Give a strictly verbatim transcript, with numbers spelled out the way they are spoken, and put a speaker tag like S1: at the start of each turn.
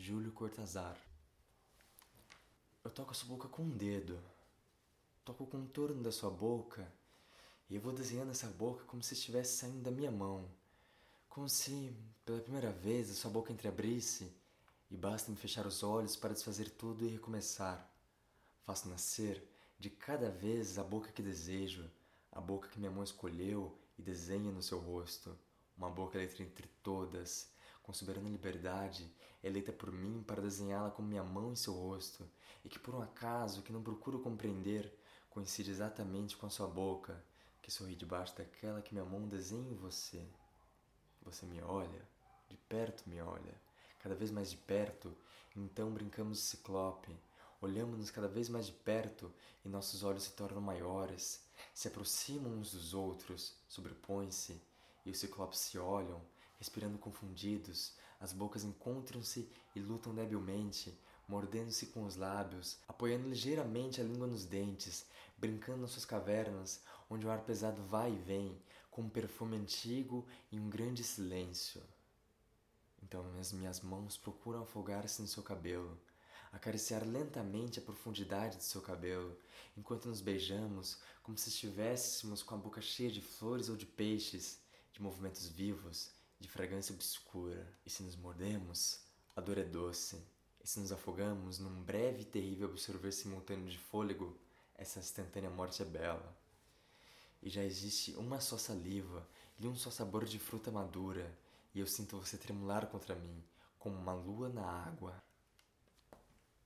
S1: Júlio Cortázar. Eu toco a sua boca com um dedo, toco o contorno da sua boca e eu vou desenhando essa boca como se estivesse saindo da minha mão, como se, pela primeira vez, a sua boca entreabrisse e basta me fechar os olhos para desfazer tudo e recomeçar. Faço nascer de cada vez a boca que desejo, a boca que minha mão escolheu e desenha no seu rosto, uma boca eleita entre todas, com soberana liberdade, eleita por mim para desenhá-la como minha mão em seu rosto, e que por um acaso que não procuro compreender, coincide exatamente com a sua boca, que sorri debaixo daquela que minha mão desenha em você. Você me olha, de perto me olha, cada vez mais de perto, então brincamos de ciclope. Olhamos-nos cada vez mais de perto e nossos olhos se tornam maiores, se aproximam uns dos outros, sobrepõem-se, e os ciclopes se olham, respirando confundidos, as bocas encontram-se e lutam debilmente, mordendo-se com os lábios, apoiando ligeiramente a língua nos dentes, brincando nas suas cavernas, onde o ar pesado vai e vem, com um perfume antigo e um grande silêncio. Então as minhas mãos procuram afogar-se no seu cabelo, acariciar lentamente a profundidade de seu cabelo, enquanto nos beijamos como se estivéssemos com a boca cheia de flores ou de peixes, de movimentos vivos, de fragrância obscura. E se nos mordemos, a dor é doce. E se nos afogamos num breve e terrível absorver simultâneo de fôlego, essa instantânea morte é bela. E já existe uma só saliva e um só sabor de fruta madura, e eu sinto você tremular contra mim, como uma lua na água.